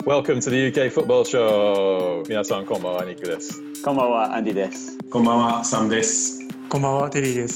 Welcome to the UK Football Show! 皆さんこんばんは、ニックです。 こんばんは、アンディです。 こんばんは、サムです。 こんばんは、テリーです。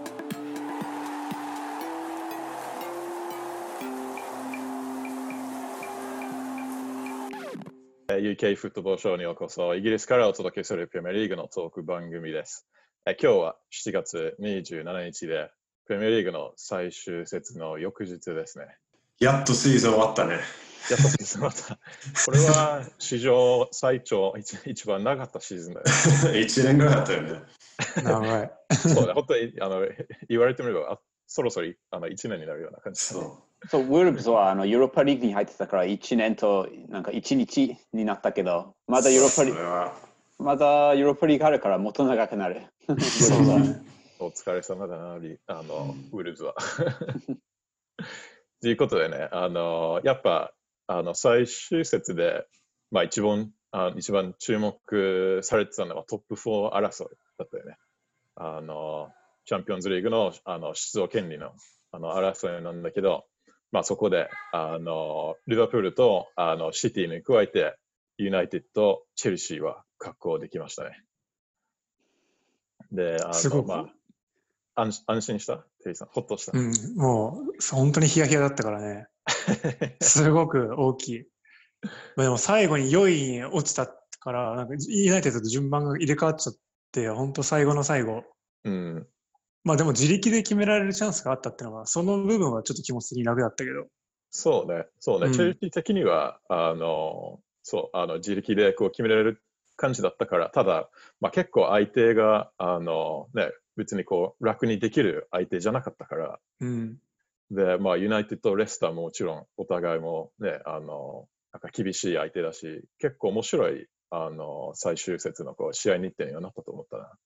UK フットボールショーにようこそ。イギリスからお届けするプレミアリーグのトーク番組です。今日は7月27日で、プレミアリーグの最終節の翌日ですね。 やっとシーズン終わったね。 やっとシーズン終わった。これは史上最長、一番長かったシーズンだよね。 1年ぐらいだったよね。 長い。 そうだ、本当に言われてみれば、そろそろ1年になるような感じ。 そう、ウォルブズはヨーロッパリーグに入ってたから1年となんか1日になったけど、まだヨーロッパリーグあるからもっと長くなる。 そうだね。 お疲れ様だな、ウォルブズは。ということでね、やっぱ最終節で、一番注目されてたのはトップ4争いだったよね。チャンピオンズリーグの、出場権利の、争いなんだけど、そこでリバプールとシティに加えてユナイテッド、チェルシーは確保できましたね。で、 すごく安心したテリーさん、ほっとした。 もう本当にヒヤヒヤだったからね。すごく大きい。でも最後に4位に落ちたから、なんかユナイテッドと順番が入れ替わっちゃって、本当最後の最後。でも自力で決められるチャンスがあったっていうのは、その部分はちょっと気持ち的に楽だったけど。 そうね、チェルシー的には、自力でこう決められる感じだったから、ただ、結構相手が、別にこう楽にできる相手じゃなかったから、で、ユナイテッド、レスターももちろんお互いもね、なんか厳しい相手だし、結構面白い、最終節のこう試合日程にはなったと思ったな。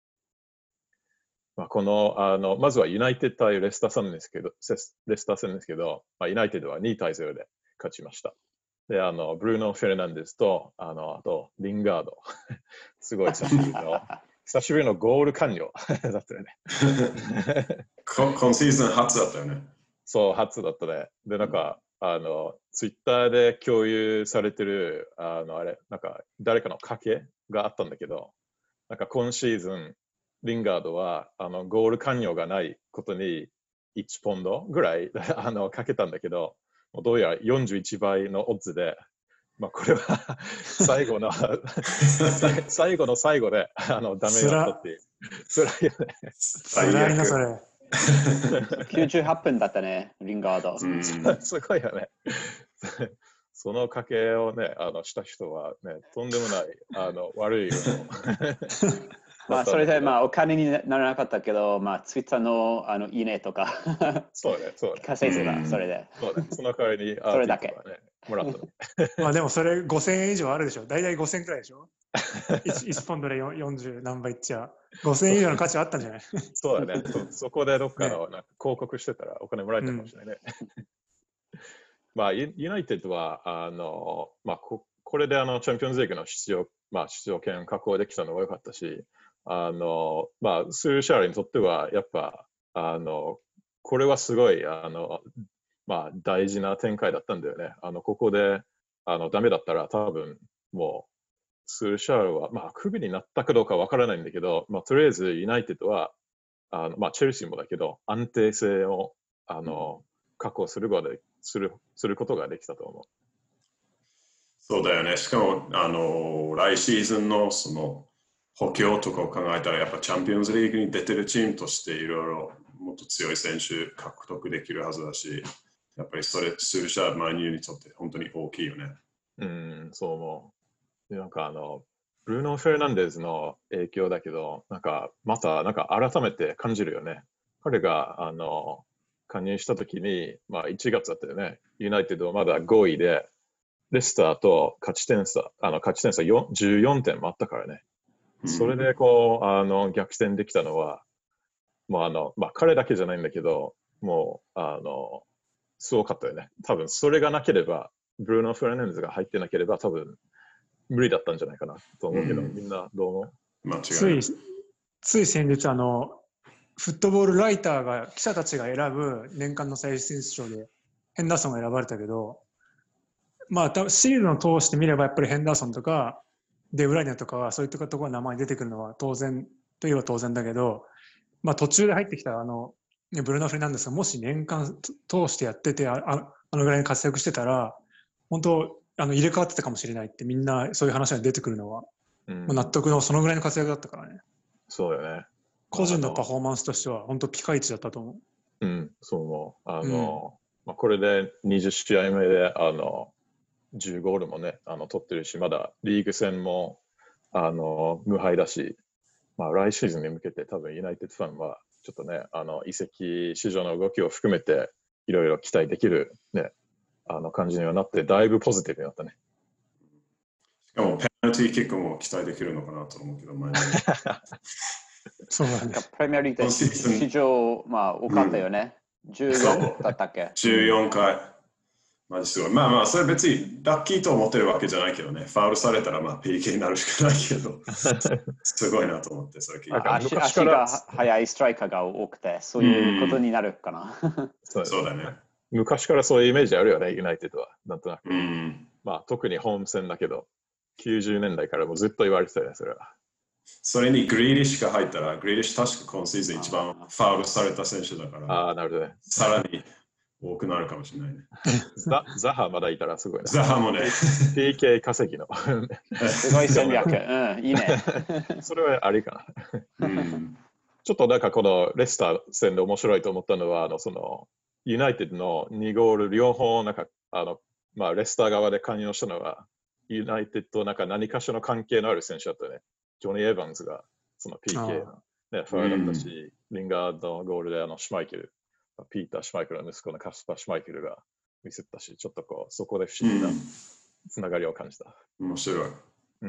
まずはユナイテッド対レスター戦ですけど、ユナイテッドは2対0で勝ちました。で、ブルーノ・フェルナンデスと、あと、リンガード。すごい久しぶりのゴール完了だったよね。 今シーズン初だったよね。 そう、初だったね。で、なんか、ツイッターで共有されてる、なんか、誰かの賭けがあったんだけど、なんか今シーズン、リンガードはゴール完了がないことに1ポンドぐらいかけたんだけど、どうやら41倍のオッズで、これは最後の最後でダメだったっていう。辛いよね。 辛いな、それ。 98分だったね、リンガード。 すごいよね。その賭けをね、した人はね、とんでもない悪いよ。 それでお金にならなかったけど、ツイッターのいいねとかそうね。 稼いでた、それで。 その代わりにそれだけもらったでもそれ5000円以上あるでしょ。大体5000円くらいでしょ。1ポンドで40何倍いっちゃ5000円以上の価値あったんじゃない？ そうだね。そこでどっかのなんか広告してたらお金もらえたかもしれないね。ユナイテッドはこれでチャンピオンズリーグの出場権確保できたのが良かったし、スーシャールにとってはやっぱこれはすごい大事な展開だったんだよね。ここでダメだったら多分もうスーシャールはクビになったかどうかわからないんだけど、とりあえずユナイテッドはチェルシーもだけど安定性を確保することができたと思う。 そうだよね。しかも来シーズンのその補強とかを考えたら、やっぱチャンピオンズリーグに出てるチームとしていろいろもっと強い選手獲得できるはずだし、やっぱりそれスルシャーマンユーにとって本当に大きいよね。 そう思う。なんかブルーノ・フェルナンデズの影響だけど、また改めて感じるよね。彼が加入した時に、1月だったよね。ユナイテッドはまだ5位で、レスターと勝ち点差14点もあったからね。それでこう逆転できたのは、彼だけじゃないんだけど、もうすごかったよね。多分それがなければ、ブルーノ・フェルナンデズが入ってなければ多分無理だったんじゃないかなと思うけど、みんなどう思う？ つい先日フットボールライターが記者たちが選ぶ年間の最優秀選手賞でヘンダーソンが選ばれたけど、 まあ、多分シーズンを通してみれば、やっぱりヘンダーソンとか、デブライネとかは、そういったところが名前に出てくるのは当然といえば当然だけど、まあ、途中で入ってきたブルーノ・フェルナンデスがもし年間通してやってて、あのぐらいに活躍してたら、本当、入れ替わってたかもしれないって、みんなそういう話が出てくるのは、納得のそのぐらいの活躍だったからね。 そうよね。 個人のパフォーマンスとしては、本当ピカイチだったと思う。そう思う。これで20試合目で10ゴールもね、取ってるし、まだリーグ戦も無敗だし、来シーズンに向けて多分ユナイテッドファンはちょっとね、移籍市場の動きを含めていろいろ期待できるね、感じにはなって、だいぶポジティブになったね。 しかもペナルティーキックも期待できるのかなと思うけど、前にそうなんだ。 プレミアリーグで史上、多かったよね。14だったっけ ?14 回。マジすごい。それ別にラッキーと思ってるわけじゃないけどね。ファウルされたらPK になるしかないけど、すごいなと思って、それ聞いて。 足が速いストライカーが多くて、そういうことになるかな。 そうだね。 昔からそういうイメージあるよね、ユナイテッドは。なんとなく。特にホーム戦だけど、90年代からもずっと言われてたよね、それは。 それにグリーリッシュが入ったら、グリーリッシュ確か今シーズン一番ファウルされた選手だから、 なるほどね。 さらに多くなるかもしれないね。 ザハまだいたらすごいね。 ザハもね。 PK 稼ぎの。 すごい戦略。いいね。 それはありかな。ちょっとなんかこのレスター戦で面白いと思ったのは、ユナイテッドの2ゴール両方、なんかレスター側で関与したのは、ユナイテッドなんか何かしらの関係のある選手だったね。ジョニー・エヴァンズがその PK の、ね、ファウルだったし、リンガードのゴールでシュマイケル、ピーター・シュマイケルの息子のカスパー・シュマイケルが見せたし、ちょっとそこで不思議なつながりを感じた。 面白い。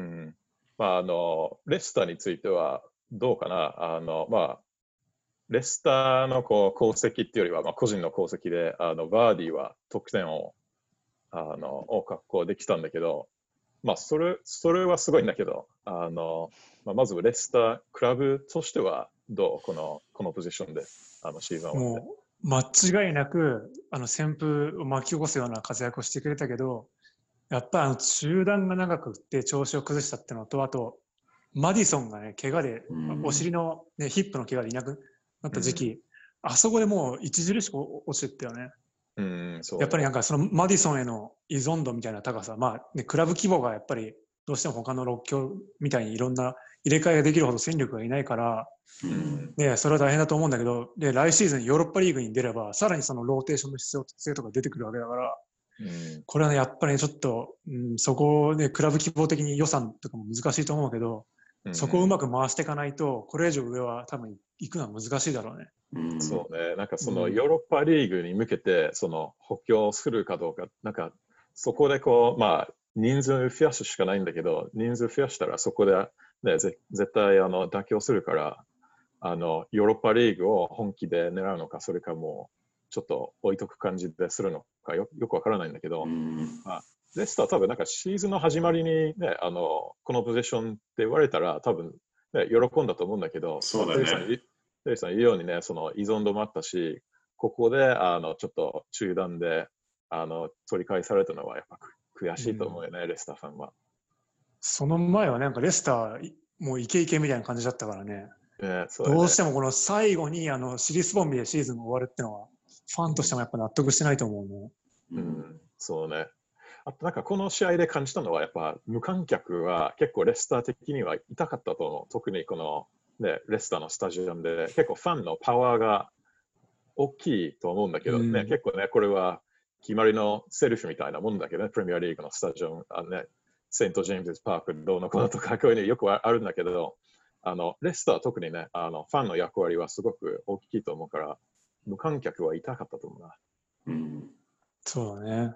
レスターについてはどうかな。レスターの功績っていうよりは、個人の功績で、バーディーは得点を確保できたんだけど、それはすごいんだけど、まずレスタークラブとしてはどうこのポジションでシーズンもう間違いなく旋風を巻き起こすような活躍をしてくれたけど、やっぱり中断が長くって調子を崩したってのと、あとマディソンがね怪我で、お尻の、ヒップの怪我でいなくなった時期、あそこでもう著しく落ちてったよね。やっぱりなんかそのマディソンへの依存度みたいな高さ、クラブ規模がやっぱりどうしても他の6強みたいにいろんな入れ替えができるほど戦力がいないから、それは大変だと思うんだけど、来シーズンヨーロッパリーグに出ればさらにそのローテーションの必要性とか出てくるわけだから、これはねやっぱりちょっと、そこをねクラブ規模的に予算とかも難しいと思うけど、そこをうまく回していかないとこれ以上上は多分行くのは難しいだろうね。 そうね、なんかそのヨーロッパリーグに向けてその補強するかどうか、なんかそこで人数増やすしかないんだけど、人数増やしたらそこで、ね、絶対妥協するから、ヨーロッパリーグを本気で狙うのか、それかもうちょっと置いとく感じでするのか よくわからないんだけど、レスター多分なんかシーズンの始まりに、ね、このポジションって言われたら多分、ね、喜んだと思うんだけど、 そうだね。 テリーさん言うようにね、その依存度もあったし、ここでちょっと中断で取り返されたのはやっぱ悔しいと思うよね、レスターファンは。 その前はなんかレスターもうイケイケみたいな感じだったからね。 そうだね、 どうしてもこの最後にシリーズボンビでシーズンが終わるってのはファンとしてもやっぱ納得してないと思うね。 そうね。あとなんかこの試合で感じたのはやっぱ無観客は結構レスター的には痛かったと思う。特にこのね、レスターのスタジアムで結構ファンのパワーが大きいと思うんだけどね、結構ね、これは決まりのセルフみたいなもんだけどね、プレミアリーグのスタジアム、セント・ジェームズ・パークどうのこうのとかこういうのよくあるんだけど、レスターは特にね、ファンの役割はすごく大きいと思うから、無観客は痛かったと思うな。 そうだね。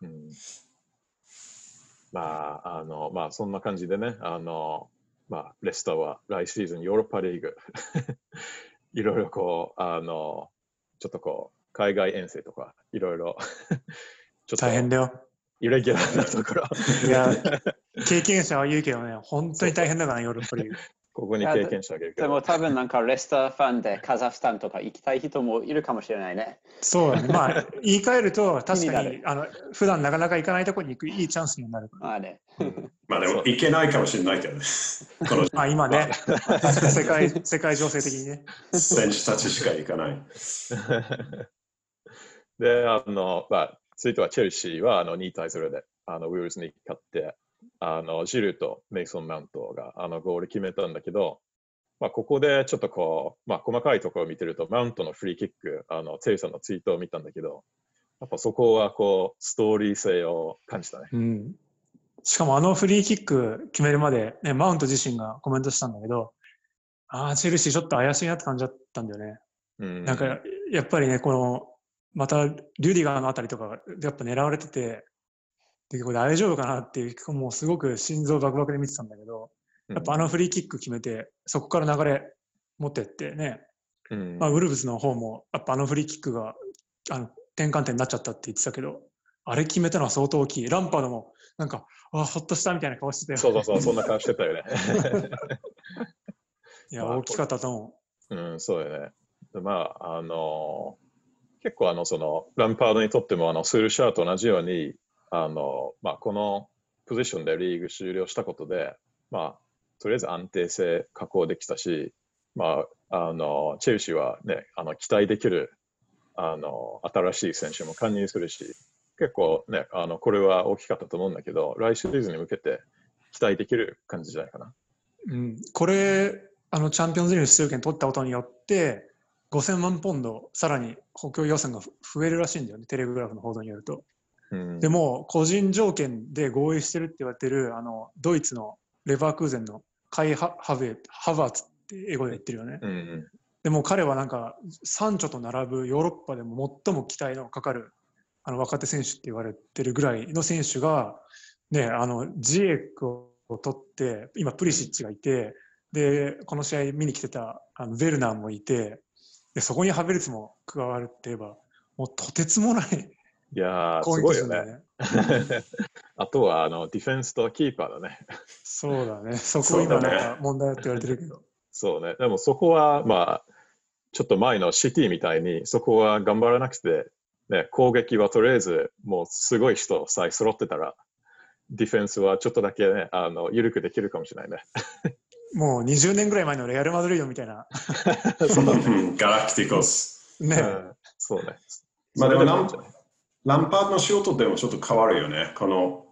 そんな感じでね、レスターは来シーズンヨーロッパリーグいろいろちょっと海外遠征とかいろいろちょっと大変だよ。 イレギュラーなところいや経験者は言うけどね、本当に大変だからね、ヨーロッパリーグ。 ここに経験者がいるけど。 でも多分なんかレスターファンでカザフスタンとか行きたい人もいるかもしれないね。 そうだね。まあ、言い換えると、確気になかに普段なかなか行かないところに行くいいチャンスになる。 まあね。 まあでも、いけないかもしれないけどね。このまあ今ね、世界情勢的にね。 選手たちしか行かない。 で、まあ、続いてはチェルシーは2対0でウィルズに勝って、ジルとメイソン・マウントがゴール決めたんだけど、まあ、ここでちょっとこう、まあ、細かいところを見てると、マウントのフリーキック、テイさんのツイートを見たんだけど、やっぱそこはこう、ストーリー性を感じたね。 うん。しかもフリーキック決めるまで、ね、マウント自身がコメントしたんだけど、チェルシーちょっと怪しいなって感じだったんだよね。なんか、やっぱりね、また、リュディガーのあたりとか、やっぱ狙われてて、で、これ大丈夫かなっていう、もうすごく心臓バクバクで見てたんだけど、やっぱフリーキック決めて、そこから流れ持ってってね、まあ、ウルブスの方も、やっぱフリーキックが転換点になっちゃったって言ってたけど、あれ決めたのは相当大きい。ランパードも、なんか、ほっとしたみたいな顔してたよ。 そう、そんな顔してたよね。 いや、大きかったと思う。うん、そうよね。まあ、結構ランパードにとってもスールシャーと同じようにまあ、このポジションでリーグ終了したことで、まあ、とりあえず安定性確保できたし、まあ、チェルシーは、ね、期待できる新しい選手も加入するし、結構、ね、これは大きかったと思うんだけど、来シーズンに向けて期待できる感じじゃないかな。 うん、これチャンピオンズリーグ出場権取ったことによって5000万ポンドさらに補強予算が増えるらしいんだよね、テレグラフの報道によると。でも個人条件で合意してるって言われてるドイツのレバークーゼンのカイ・ハバーツって英語で言ってるよね。でも彼はなんかサンチョと並ぶヨーロッパでも最も期待のかかる若手選手って言われてるぐらいの選手が、ね、ジエクを取って今プリシッチがいて、でこの試合見に来てたヴェルナーもいて、でそこにハベルツも加わるって言えばもうとてつもない。 いやー、すごいよね。あとはディフェンスとキーパーだね。 そうだね。そこ今なんか問題だって言われてるけど。 そうね。でもそこはまあちょっと前のシティみたいにそこは頑張らなくて、ね、攻撃はとりあえずもうすごい人さえ揃ってたらディフェンスはちょっとだけね緩くできるかもしれないね。 もう20年ぐらい前のレアル・マドリードみたいな。 ガラクティコス。 ね。 そうね。 まあでもランパードの仕事でもちょっと変わるよね。この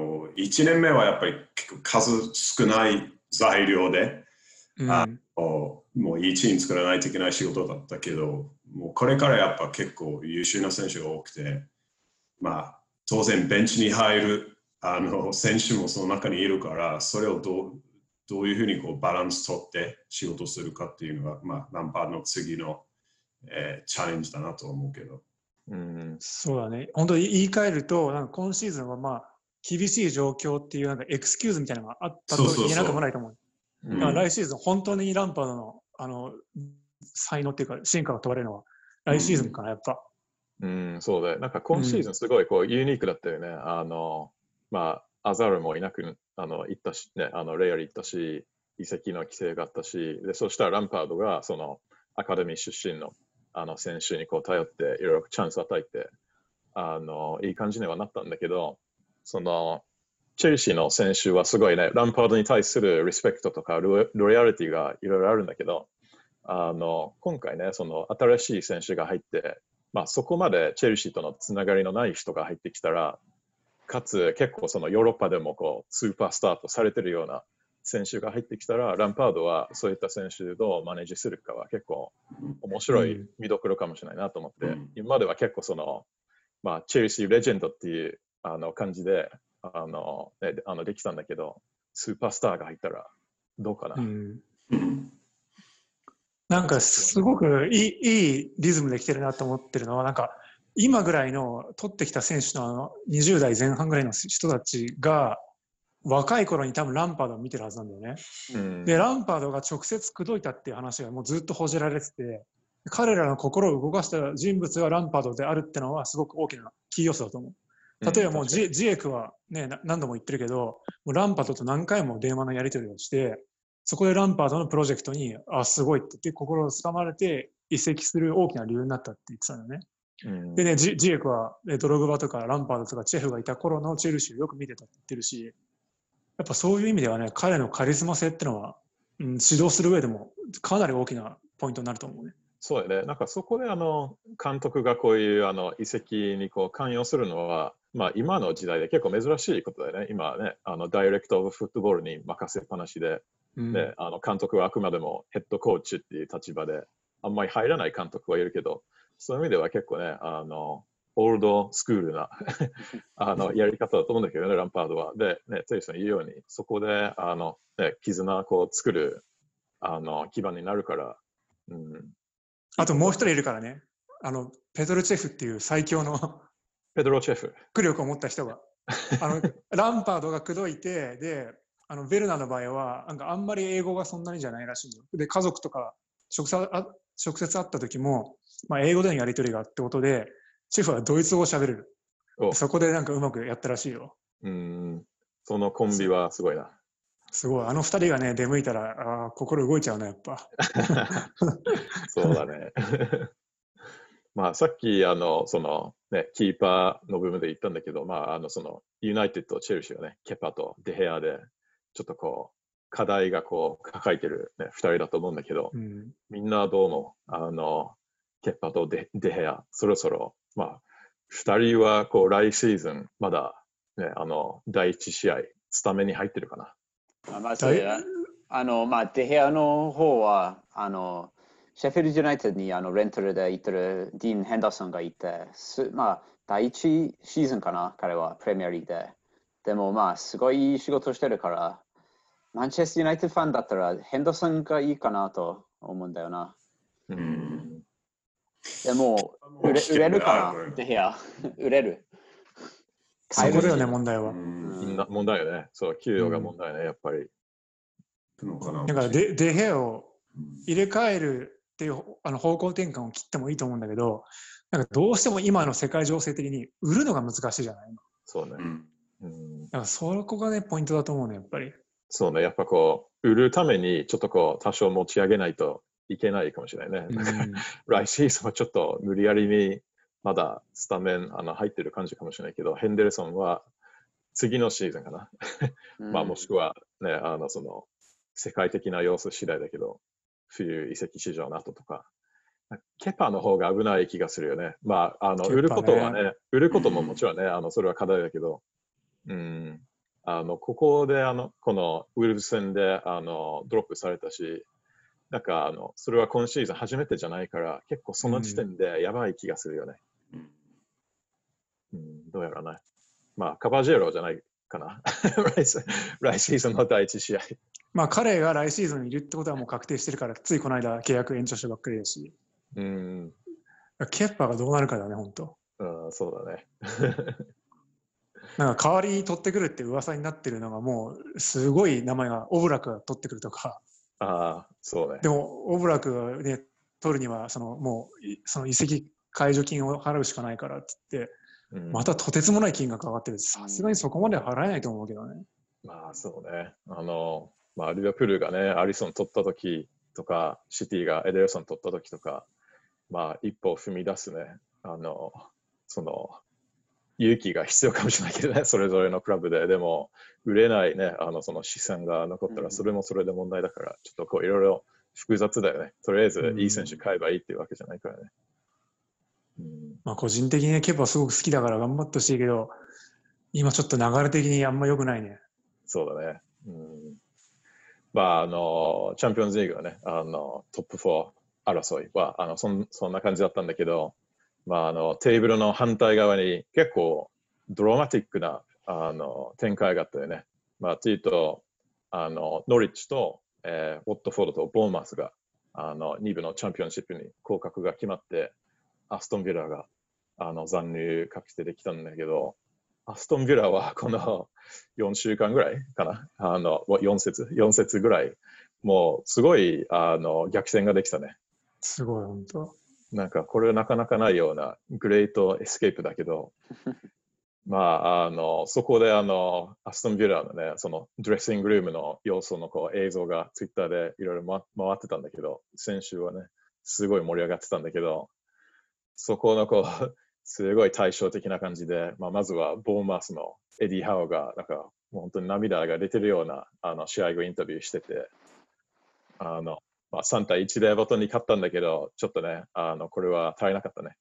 1年目はやっぱり結構数少ない材料で、もういいチーム作らないといけない仕事だったけど、もうこれからやっぱ結構優秀な選手が多くて、まあ当然ベンチに入る選手もその中にいるから、それをどういうふうにこうバランス取って仕事するかっていうのが、まあ、ランパードの次の、チャレンジだなと思うけど。 そうだね。本当に言い換えると、なんか今シーズンはまあ厳しい状況っていうなんかエクスキューズみたいなのがあったと言えなくもないと思う。だから来シーズン本当にランパードの才能っていうか進化が問われるのは来シーズンかな、やっぱ。 そうだよ。なんか今シーズンすごいこうユニークだったよね。まあアザールもいなく行ったし、ね、レイヤル行ったし、移籍の規制があったし、でそしたらランパードがそのアカデミー出身の選手にこう頼っていろいろチャンスを与えていい感じにはなったんだけど、そのチェルシーの選手はすごいね、ランパードに対するリスペクトとかロイヤリティがいろいろあるんだけど、今回ね、その新しい選手が入って、まあ、そこまでチェルシーとのつながりのない人が入ってきたら、かつ結構そのヨーロッパでもこうスーパースターとされてるような選手が入ってきたら、ランパードはそういった選手をどうマネージするかは結構面白い見どころかもしれないなと思って、今までは結構その、まあ、チェルシーレジェンドっていう感じでできたんだけど、スーパースターが入ったらどうかな。 なんかすごくいいリズムで来てるなと思ってるのは、なんか今ぐらいの取ってきた選手の20代前半ぐらいの人たちが若い頃に多分ランパードを見てるはずなんだよね。でランパードが直接口説いたっていう話がもうずっと報じられてて、彼らの心を動かした人物がランパードであるってのはすごく大きなキー要素だと思う。 例えばもう確かにジエクは、ね、何度も言ってるけど、もうランパードと何回も電話のやり取りをして、そこでランパードのプロジェクトに、すごいって言って心をつかまれて移籍する大きな理由になったって言ってたんだよね。でね、ジエクはドログバとかランパードとかチェフがいた頃のチェルシーをよく見てたって言ってるし、やっぱそういう意味ではね、彼のカリスマ性ってのは、指導する上でもかなり大きなポイントになると思うね。 そうだね。なんかそこで監督がこういう移籍にこう関与するのは、まあ今の時代で結構珍しいことだよね。今はね、ダイレクトオブフットボールに任せっぱなしで、ね、監督はあくまでもヘッドコーチっていう立場で、あんまり入らない監督はいるけど、そういう意味では結構ね、オールドスクールなやり方だと思うんだけどね、ランパードは。で、ね、テイさん言うように、そこでね、絆をこう作る基盤になるから、 あともう一人いるからね。ペドロチェフっていう最強のペドロチェフ。 握力を持った人が。ランパードが口説いて、で、ベルナーの場合は、なんかあんまり英語がそんなにじゃないらしいよ。で、家族とか直接会った時も、まあ、英語でのやり取りがあってことで、チェフはドイツ語を喋れる。そこでなんかうまくやったらしいよ。 そのコンビはすごいな。 すごい。二人がね、出向いたら、心動いちゃうね、やっぱ。 そうだね。まあ、さっき、ね、キーパーの部分で言ったんだけど、まあ、ユナイテッド、チェルシーはね、ケパとデヘアで、ちょっとこう、課題がこう、抱えてる、ね、2人だと思うんだけど、みんなどうも、ケパとデヘア、そろそろ、まあ、2人は、こう、来シーズン、まだ、ね、第1試合、スタメンに入ってるかな。 まあ、デヘアの方は、シェフィルドユナイテッドにレンタルで行ってるディーン・ヘンダーソンがいて、まあ、第1シーズンかな、彼はプレミアリーグで。でもまあ、すごいいい仕事してるから、マンチェスターユナイテッドファンだったらヘンダーソンがいいかなと思うんだよな。でも、売れるかな、デヘア。売れる。 そこだよね、問題は。 問題よね。そう、給与が問題ね、やっぱり。 だからデヘアを入れ替えるっていう方向転換を切ってもいいと思うんだけど、なんかどうしても今の世界情勢的に売るのが難しいじゃないの。 そうね。 だからそこがね、ポイントだと思うね、やっぱり。 そうね、やっぱこう、売るためにちょっとこう、多少持ち上げないといけないかもしれないね。来シーズンはちょっと無理やりにまだスタメン入ってる感じかもしれないけど、ヘンデルソンは次のシーズンかな。まあもしくはね、世界的な様子次第だけど、冬移籍市場の後とか、ケパの方が危ない気がするよね。まあ、売ることはね、売ることももちろんね、それは課題だけど、ここでこのウルブ戦でドロップされたし、なんかそれは今シーズン初めてじゃないから、結構その時点でやばい気がするよね。どうやらない。まあ、カバジェロじゃないかな。来シーズンの第一試合。 まあ、彼が来シーズンにいるってことはもう確定してるから、ついこの間契約延長したばっかりだし。ケッパーがどうなるかだね、本当。 そうだね。 なんか代わりに取ってくるって噂になってるのがもうすごい名前がオブラクが取ってくるとか。 そうね。 でもオブラクがね取るにはもうその移籍解除金を払うしかないからって言って、またとてつもない金額かかってる。さすがにそこまでは払えないと思うけどね。 まあそうね。まあリバプールがねアリソン取った時とか、シティがエデルソン取った時とか、まあ一歩踏み出すね。勇気が必要かもしれないけどね、それぞれのクラブで。でも、売れないね、その資産が残ったら、それもそれで問題だから、ちょっとこういろいろ複雑だよね。とりあえず、いい選手買えばいいっていうわけじゃないからね。 まあ、個人的にね、ケパすごく好きだから頑張ってほしいけど、今ちょっと流れ的にあんま良くないね。 そうだね。まあ、チャンピオンズリーグはね、トップ4争いは、そんな感じだったんだけど、まあ、テーブルの反対側に結構ドラマティックな展開があったよね。まあ、というと、ノリッチと、ウォットフォードとボーマスが2部のチャンピオンシップに降格が決まって、アストンビラが残留確定できたんだけど、アストンビラはこの4週間ぐらいかな、4節ぐらい、もうすごい逆転ができたね。 すごい、本当。 なんかこれはなかなかないようなグレートエスケープだけど、 まあ、そこでアストンビラのね、そのドレッシングルームの様子のこう映像がツイッターでいろいろ回ってたんだけど、先週はね、すごい盛り上がってたんだけど、そこのこう、すごい対照的な感じで、まずはボーンマスのエディ・ハウが、なんかもう本当に涙が出てるような試合後インタビューしてて、3対1でエバトンに勝ったんだけど、ちょっとね、これは足りなかったね。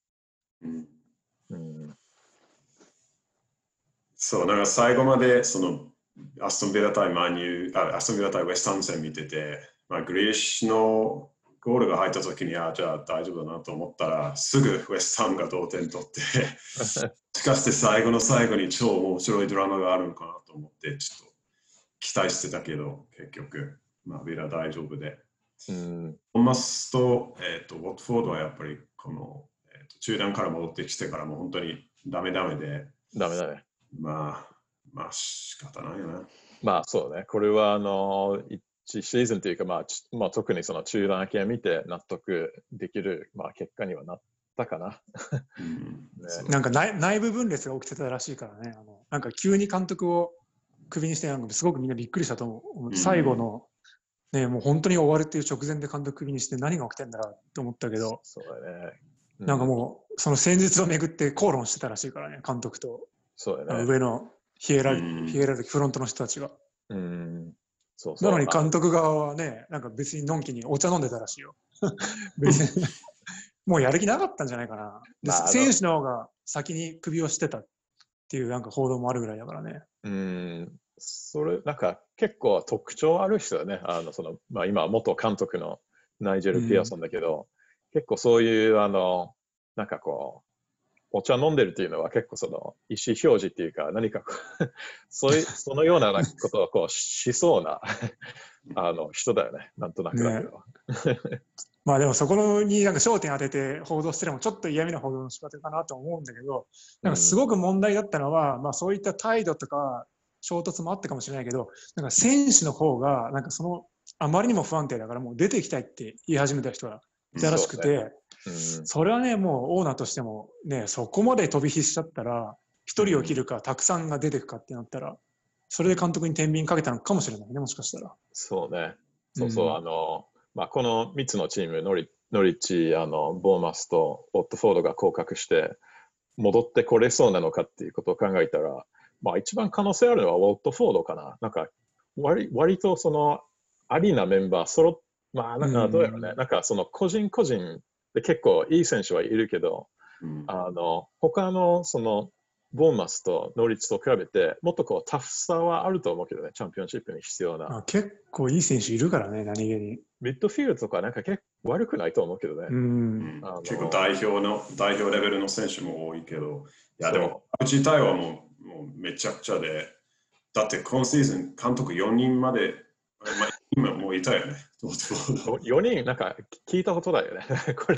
そう、なんか最後までそのアストンビラ対アストンビラ対ウェスタム戦見てて、グリーッシュのゴールが入った時に、じゃあ大丈夫だなと思ったら、すぐウェスタムが同点取って、しかして最後の最後に超面白いドラマがあるのかなと思って、ちょっと期待してたけど、結局、ビラ大丈夫で。ボンマスと、ウォットフォードはやっぱりこの、中断から戻ってきてからも本当にダメで。 ダメだね。 仕方ないよね。 そうね。これは1シーズンというか、特にその中断明け見て納得できる、結果にはなったかな。 なんか内部分裂が起きてたらしいからね。なんか急に監督をクビにして、すごくみんなびっくりしたと思う。最後の、ね、もう本当に終わるっていう直前で監督クビにして何が起きてんだろうって思ったけど、 そうだね。 なんかもうその戦術をめぐって口論してたらしいからね、監督と。 そうだね。 上のヒエラルキーフロントの人たちが。 そうなのに監督側はね、なんか別にのんきにお茶飲んでたらしいよ。別にもうやる気なかったんじゃないかな。選手の方が先に首をしてたっていうなんか報道もあるぐらいだからね。 それなんか結構特徴ある人だね。今元監督のナイジェル・ピアソンだけど、結構そういうなんかこうお茶飲んでるっていうのは結構その意思表示っていうか何かそのようなことをこうしそうな人だよね。なんとなくだけど。 でもそこになんか焦点当てて報道してもちょっと嫌味な報道の仕方かなと思うんだけど、なんかすごく問題だったのは、そういった態度とか衝突もあったかもしれないけど、なんか選手の方がなんかあまりにも不安定だからもう出ていきたいって言い始めた人がいたらしくて、それはね、もうオーナーとしてもね、そこまで飛び火しちゃったら一人を切るかたくさんが出てくかってなったら、それで監督に天秤かけたのかもしれないね、もしかしたら。 そうね。この3つのチーム、ノリッチ、ボーマスとオットフォードが降格して戻ってこれそうなのかっていうことを考えたら、一番可能性あるのはオットフォードかな。なんか割とそのアリーナメンバー揃って、なんかどうやろうね。なんかその個人で結構いい選手はいるけど、他のそのボーンマスとノリッチと比べてもっとこうタフさはあると思うけどね、チャンピオンシップに必要な。 結構いい選手いるからね、何気に。 ミッドフィールドとかなんか結構悪くないと思うけどね。 結構代表レベルの選手も多いけど、いやでも自体はもうめちゃくちゃで、だって今シーズン監督4人まで、今もういたよね。 4人なんか聞いたことだよね。これ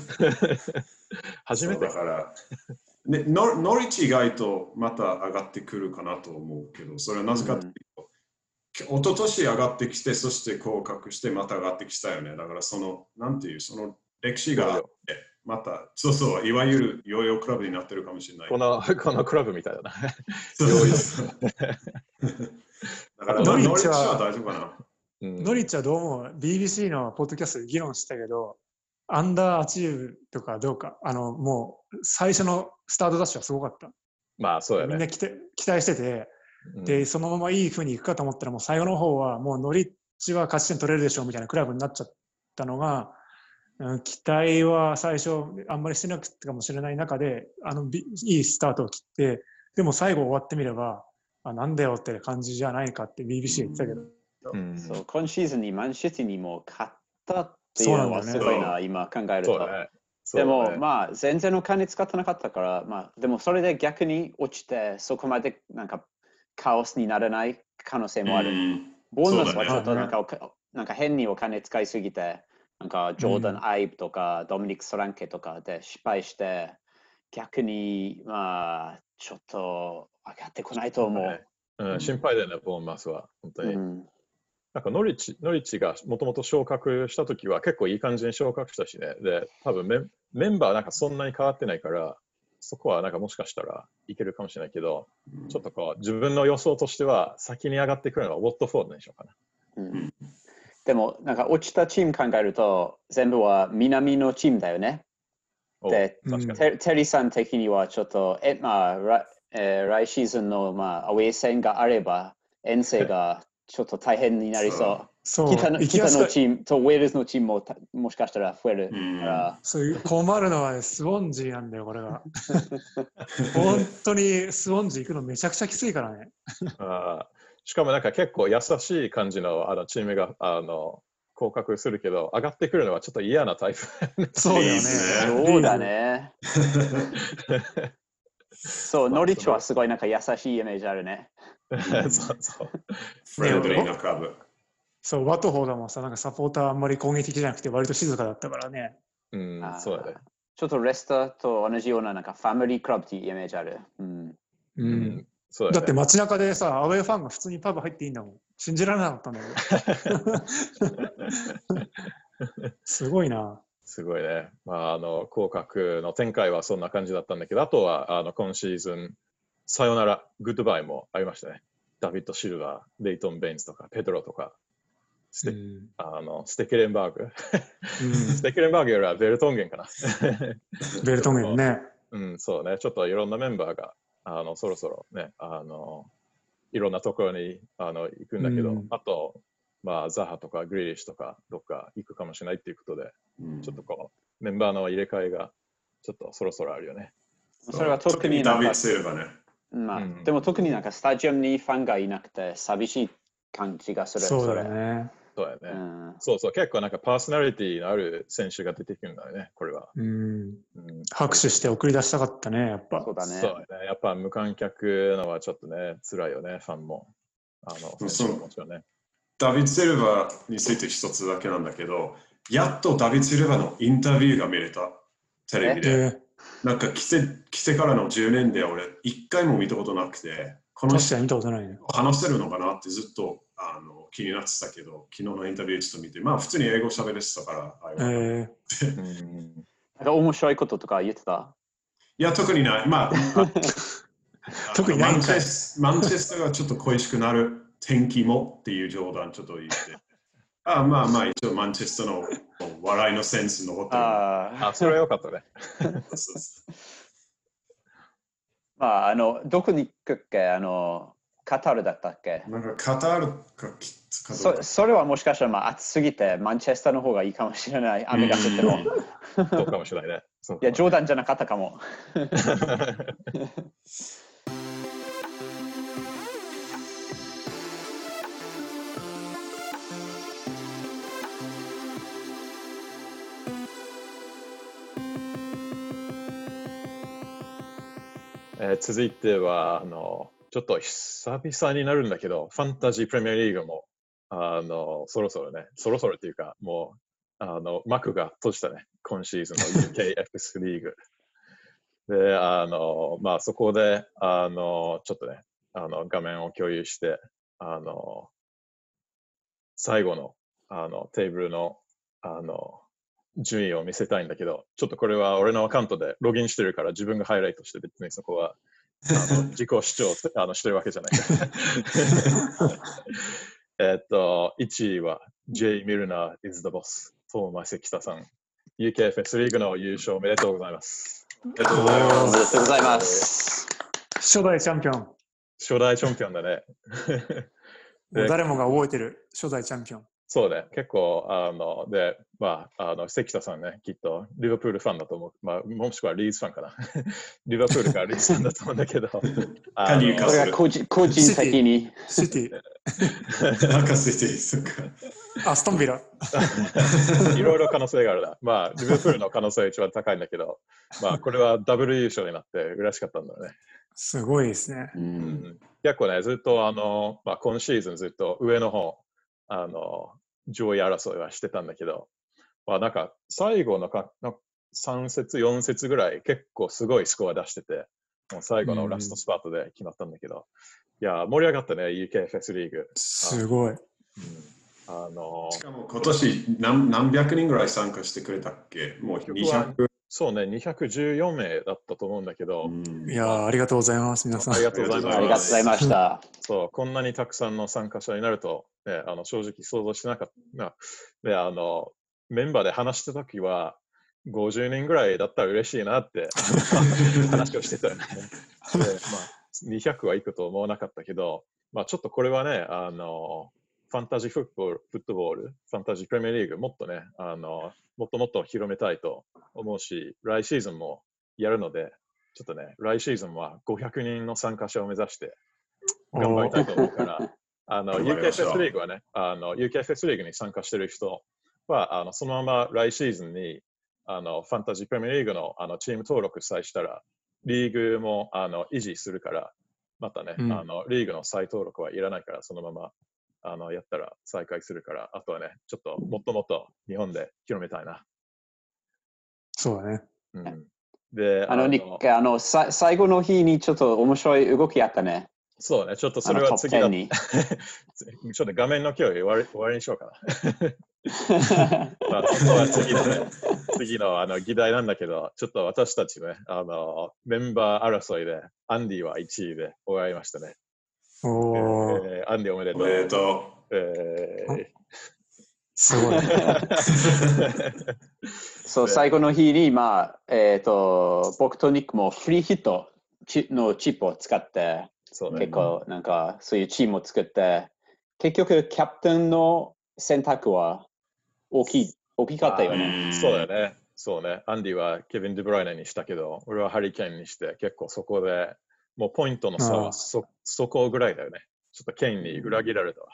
初めて。 だからノリッチ意外とまた上がってくるかなと思うけど、それはなぜかというと、一昨年上がってきて、そして降格してまた上がってきたよね。だからなんていう、その歴史があって、また、いわゆるヨーヨークラブになってるかもしれない。 このクラブみたいだな。 だからノリッチは大丈夫かな。 ノリッチはどうも BBC のポッドキャストで議論したけど、アンダーアチーブとかどうか、もう最初のスタートダッシュはすごかった。 そうやね。 みんな期待してて、で、そのままいい風にいくかと思ったら、もう最後の方はもうノリッチは勝ち点取れるでしょうみたいなクラブになっちゃったのが、期待は最初あんまりしてなくてかもしれない中で、いいスタートを切って、でも最後終わってみれば、なんだよって感じじゃないかって BBC 言ってたけど。 そう今シーズンにマンシティにも勝ったっていうのはすごいな、今考えると。でも全然お金使ってなかったから、でもそれで逆に落ちてそこまでなんかカオスにならない可能性もある。ボーナスはちょっとなんか変にお金使いすぎて、なんかジョーダン・アイブとかドミニク・ソランケとかで失敗して、逆にちょっと上がってこないと思う。 心配だよね、ボーンマスは。本当に。なんかノリッチがもともと昇格したときは結構いい感じに昇格したしね。で、多分メンバーなんかそんなに変わってないから、 そこはなんかもしかしたらいけるかもしれないけど、ちょっとこう自分の予想としては先に上がってくるのはウォットフォードにしようかな。 でも、なんか落ちたチーム考えると、全部は南のチームだよね。で、テリーさん的にはちょっと、来シーズンの、アウェー戦があれば、遠征がちょっと大変になりそう。北のチームとウェールズのチームももしかしたら増えるから。 そういう困るのは、ね、スウォンジーなんだよ、これが。本当にスウォンジー行くのめちゃくちゃきついからね。 しかもなんか結構優しい感じのチームが降格するけど、上がってくるのはちょっと嫌なタイプ。 そうだよね。 そうだね。そう、ノリッチはすごいなんか優しいイメージあるね。 そうそう。 フレンドリーなクラブ。 そう、ワトフォードもさ、なんかサポーターあんまり攻撃的じゃなくて割と静かだったからね。 そうだね。 ちょっとレスターと同じようななんかファミリークラブっていうイメージある。 だって街中でさ、アウェーファンが普通にパブ入っていいんだもん。信じられなかったんだけど。すごいな。 すごいね。降格の展開はそんな感じだったんだけど、あとは今シーズン、さよなら、グッドバイもありましたね。ダビッド・シルバー、レイトン・ベインズとか、ペドロとか、ステケレンバーグ。ステケレンバーグよりはベルトンゲンかな。 ベルトンゲンね。 そうね。ちょっといろんなメンバーがそろそろね、いろんなところに行くんだけど、あと、ザハとかグリリッシュとかどっか行くかもしれないっていうことで、ちょっとこうメンバーの入れ替えがちょっとそろそろあるよね。 それは特にダビッド・シルバーね。でも特になんかスタジアムにファンがいなくて寂しい感じがする。 そうだね。 そうだね。そうそう、結構なんかパーソナリティのある選手が出てくるんだよね、これは。 拍手して送り出したかったね、やっぱ。 そうだね。 やっぱ無観客のはちょっとね、辛いよね、ファンも。選手ももちろんね。 ダビッド・シルバーについて一つだけなんだけど、やっとダビッド・シルバーのインタビューが見れた、テレビで。なんか来てからの10年で俺、一回も見たことなくて、この人話せるのかなってずっと気になってたけど、昨日のインタビューちょっと見て、普通に英語喋れてたから。 なんか面白いこととか言ってた？ いや、特にない。 特にない。 マンチェスターがちょっと恋しくなる天気もっていう冗談ちょっと言って。一応マンチェスターの笑いのセンス残ってる。 それはよかったね。 どこに行くっけ？カタールだったっけ？ なんかカタールかそれはもしかしたら暑すぎてマンチェスターの方がいいかもしれない。雨が降っても。 そうかもしれないね。 いや、冗談じゃなかったかも。 続いてはちょっと久々になるんだけど、ファンタジープレミアリーグもそろそろっていうか、もう幕が閉じたね、今シーズンの UKFS リーグ。で、そこでちょっとね、画面を共有して、最後のテーブルの順位を見せたいんだけど、ちょっとこれは俺のアカウントでログインしてるから自分がハイライトして別にそこは自己主張してるわけじゃない。1位は J. Milner is the boss。東間関田さん。UKFS リーグの優勝おめでとうございます。 おめでとうございます。 初代チャンピオン。 初代チャンピオンだね。 誰もが覚えてる初代チャンピオン。 そうね、結構、関田さんね、きっとリバプールファンだと思う。もしくはリーズファンかな。リバプールからリーズファンだと思うんだけど。 これが個人的に。 シティ。 なんかシティ、そっか。 アストンビラ。 いろいろ可能性があるな。リバプールの可能性が一番高いんだけど、これはダブル優勝になって嬉しかったんだよね。 すごいですね。 結構ね、ずっと今シーズンずっと上の方、上位争いはしてたんだけど、なんか最後の3節、4節ぐらい結構すごいスコア出してて、もう最後のラストスパートで決まったんだけど、いや、盛り上がったね、UKFS リーグ。 すごい。 しかも今年何百人ぐらい参加してくれたっけ？もう200。 そうね、214名だったと思うんだけど、 いやー、ありがとうございます、皆さん。 ありがとうございます。 ありがとうございました。 そう、こんなにたくさんの参加者になると、ね、正直想像しなかった。で、メンバーで話したときは、50人ぐらいだったら嬉しいなって話をしてたよね。で、200はいくと思わなかったけど、ちょっとこれはね、ファンタジーフットボール、ファンタジープレミアリーグ、もっとね、もっともっと広めたいと思うし、来シーズンもやるので、ちょっとね、来シーズンは500人の参加者を目指して頑張りたいと思うから、UKFS リーグはね、UKFS リーグに参加してる人は、そのまま来シーズンに、ファンタジープレミアリーグの、チーム登録さえしたら、リーグも維持するから、またね、リーグの再登録はいらないから、そのままやったら再開するから、あとはね、ちょっともっともっと日本で広めたいな。 そうだね。 で、 ニック、最後の日にちょっと面白い動きあったね。 そうね、ちょっとそれは次だ。ちょっと画面の共有終わりにしようかな。そこは次の議題なんだけど、ちょっと私たちね、メンバー争いで、アンディは1位で終わりましたね。アンディおめでとう。 おめでとう。 すごい。 そう、最後の日に、僕とニックもフリーヒットのチップを使って、結構なんかそういうチームを作って、結局キャプテンの選択は大きかったよね。 そうだよね。そうね。アンディはケビン・デュブライナーにしたけど、俺はハリケーンにして、結構そこでもうポイントの差はそこぐらいだよね。ちょっとケインに裏切られたわ。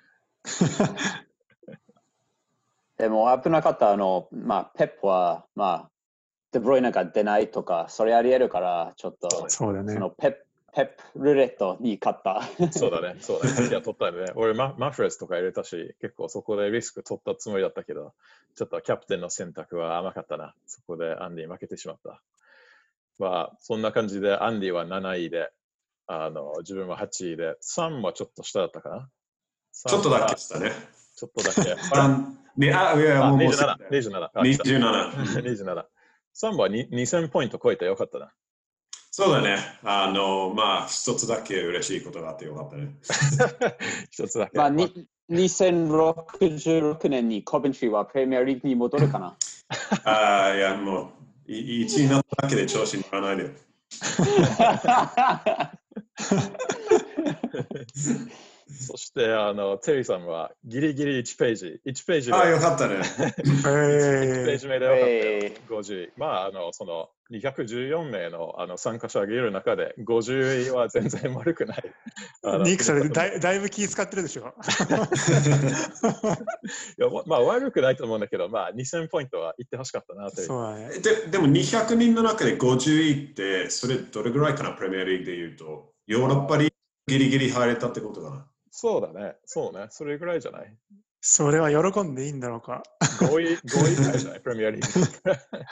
でも危なかったペップは、デブロイナが出ないとか、それあり得るから、ちょっと、 そうだね。 そのペップルーレットに勝った。 そうだね。いや、取ったよね。俺マフレスとか入れたし、結構そこでリスク取ったつもりだったけど、ちょっとキャプテンの選択は甘かったな。そこでアンディ負けてしまった。そんな感じで、アンディは7位で、自分は8位で、3はちょっと下だったかな。 ちょっとだけしたね。 ちょっとだけ。27。3は2000ポイント超えてよかったな。 そうだね。一つだけ嬉しいことがあってよかったね。 一つだけ。 2066年にコベントリーはプレミアリーグに戻るかな。 いや、もう、1位になっただけで調子に乗らないで。 そして、テリーさんはギリギリ1ページ。1ページで。 よかったね。 1ページ目でよかったよ。50位。その214名の参加者がいる中で、50位は全然悪くない。 ニック、それだいぶ気使ってるでしょ。 いや悪くないと思うんだけど、2000ポイントはいってほしかったなという。 そうだね。 でも200人の中で50位って、それどれぐらいかな、プレミアリーグでいうと。ヨーロッパリーグギリギリ入れたってことかな。 そうだね。そうね。それぐらいじゃない。 それは喜んでいいんだろうか。 5位ぐらいじゃないプレミアリー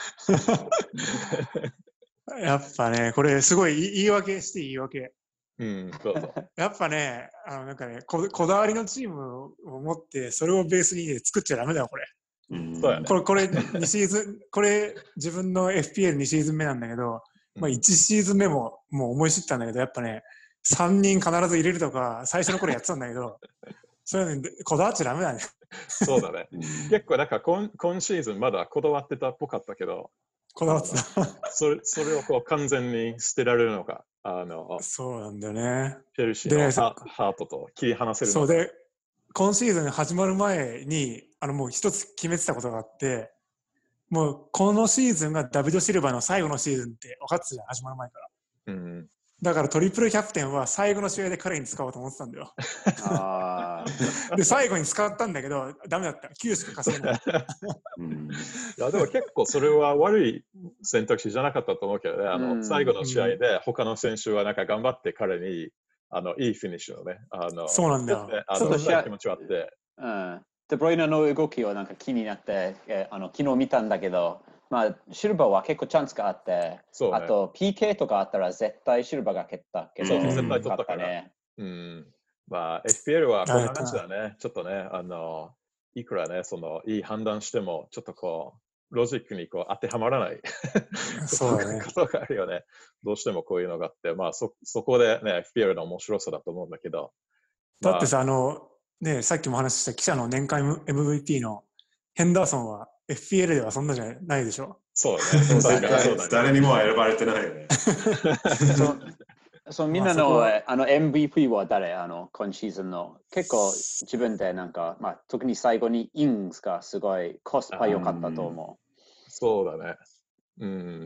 グ。やっぱね、これすごい言い訳して言い訳。 どうぞ。 やっぱね、なんかねこだわりのチームを持って、それをベースに作っちゃダメだよ、これ。 そうやね。 これ2シーズン、これ自分の FPL2 シーズン目なんだけど、1シーズン目ももう思い知ったんだけど、やっぱね、3人必ず入れるとか、最初の頃やってたんだけど、それね、こだわっちゃダメだね。 そうだね。結構、なんか今シーズンまだこだわってたっぽかったけど、 こだわってた。 それをこう完全に捨てられるのか。 そうなんだよね。 チェルシーのハートと切り離せるのか。 そうで、今シーズン始まる前に、もう一つ決めてたことがあって、もうこのシーズンがダビド・シルバーの最後のシーズンって分かってたじゃん、始まる前から。だからトリプルキャプテンは最後の試合で彼に使おうと思ってたんだよ。で、最後に使ったんだけど、ダメだった。9しか稼げない。 いや、でも結構それは悪い選択肢じゃなかったと思うけどね。最後の試合で他の選手はなんか頑張って彼にいいフィニッシュをね。 そうなんだよ。 ちょっと気持ちはあって。 デブロイナの動きをなんか気になって、昨日見たんだけど、シルバーは結構チャンスがあって、あと PK とかあったら絶対シルバーが蹴ったけど、 絶対取ったからね。FPL はこんな感じだね。ちょっとね、いくらね、いい判断しても、ちょっとこう、 ロジックにこう当てはまらないそうだね。 ことがあるよね。どうしてもこういうのがあって、まあそこでね、FPL の面白さだと思うんだけど。 だってさ、ね、さっきも話した記者の年間 MVP のヘンダーソンは FPL ではそんなじゃないでしょ。 そうだね。 そうだね。誰にも選ばれてないよね。 そうみんなの、MVP は誰今シーズンの結構自分でなんか、まあ、特に最後にイングスがすごいコスパ良かったと思う。 そうだね。うん。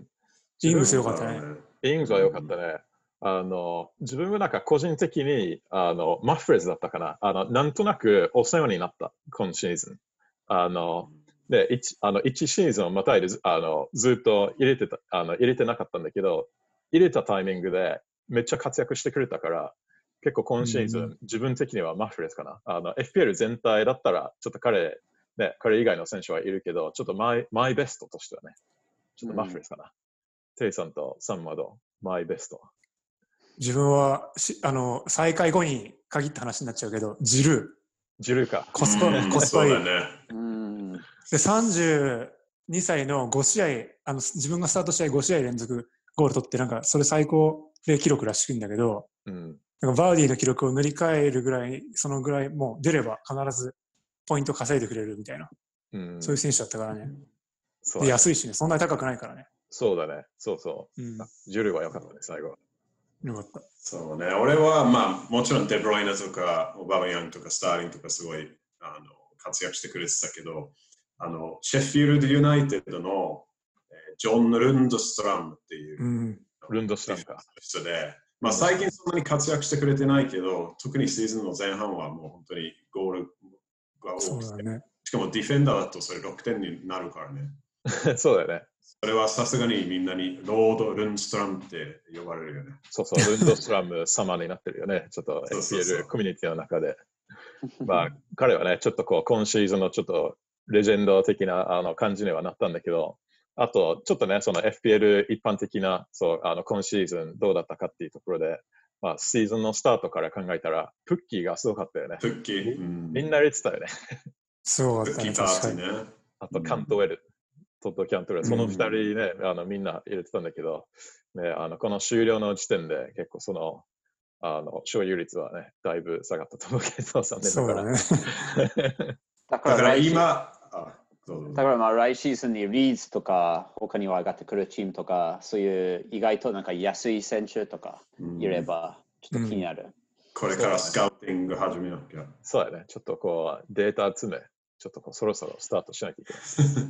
イングス良かったね。 イングスは良かったね。自分はなんか個人的にマフレーズだったかな。なんとなくお世話になった、今シーズン。で、1シーズンをまたいでずっと入れてなかったんだけど、入れたタイミングでめっちゃ活躍してくれたから、結構今シーズン、自分的にはマフレーズかな。FPL 全体だったら、ちょっと彼以外の選手はいるけど、ちょっとマイベストとしてはね、ちょっとマフレーズかな。テイさんとサンマド、マイベスト。 自分は再開後に限った話になっちゃうけど、ジルーか。 コスパいい。 ね、 で、32歳の5試合、自分がスタート試合5試合連続ゴール取って、なんかそれ最高で記録らしいんだけど、なんかバーディーの記録を塗り替えるぐらい、そのぐらいもう出れば必ずポイント稼いでくれるみたいな、そういう選手だったからね。で安いしね、そんなに高くないからね。 そうだね、そう。ジュルは良かったね、最後。 よかった。 そうね、俺はまあもちろんデブロイナとかオバマヤングとかスターリンとかすごい活躍してくれてたけど、シェフィールドユナイテッドのジョン・ルンドストラムっていう、 ルンドストラムか人で、まあ、最近そんなに活躍してくれてないけど、特にシーズンの前半はもう本当にゴールが多くて、 ね、 しかもディフェンダーだとそれ6点になるからね。 そうだよね。 それはさすがにみんなにロード・ルンストラムって呼ばれるよね。 そう、ルンドストラム様になってるよね。ちょっと FPL コミュニティの中で。まあ、彼はね、ちょっとこう、今シーズンのちょっとレジェンド的な感じにはなったんだけど、あと、ちょっとね、その FPL 一般的な、今シーズンどうだったかっていうところで、まあ、シーズンのスタートから考えたら、プッキーがすごかったよね。 プッキー、 みんな入れてたよね。 すごかったね。確かに。 あと、カントウェル。トッド・キャントレー、その2人ね、みんな入れてたんだけど、ね、この終了の時点で結構その、所有率はね、だいぶ下がったと思うけど、残念ながら。 だから今、 だからまあ来シーズンにリーズとか他には上がってくるチームとかそういう意外となんか安い選手とかいればちょっと気になる。 これからスカウティング始めなきゃ。 そうだね。ちょっとこうデータ集め、ちょっとこうそろそろスタートしなきゃいけ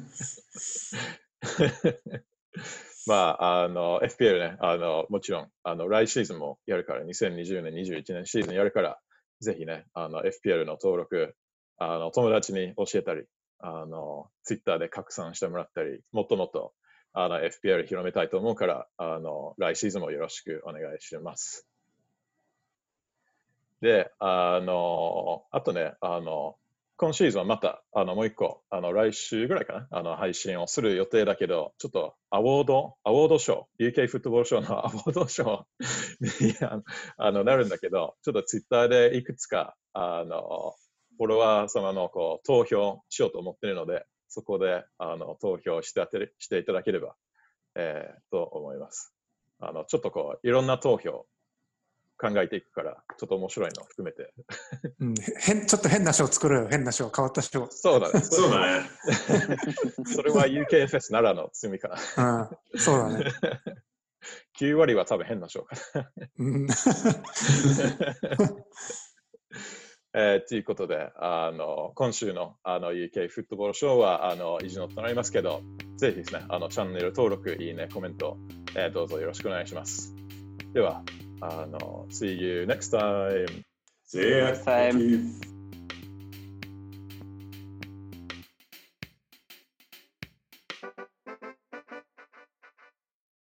ない。まあ、FPL ね、もちろん、来シーズンもやるから、2020年、21年シーズンやるから、ぜひね、FPL の登録、友達に教えたり、Twitter で拡散してもらったり、もっともっと、FPL 広めたいと思うから、来シーズンもよろしくお願いします。で、あとね、今シーズンはまた、もう一個、来週ぐらいかな、配信をする予定だけど、ちょっとアワードショー、UK フットボールショーのアワードショーになるんだけど、ちょっとツイッターでいくつか、フォロワー様のこう投票しようと思っているので、そこで投票していただければ、と思います。ちょっとこう、いろんな投票、考えていくから、ちょっと面白いのを含めて。 ちょっと変な賞作ろうよ、変な賞、変わった賞。 そうだね。 そうだね。 それは UKFS ならの罪かな。そうだね。 9割は多分変な賞かな。ということで、今週のUK フットボールショーは以上となりますけど、ぜひですね、チャンネル登録、いいね、コメント、どうぞよろしくお願いします。では、see you next time. See you next time.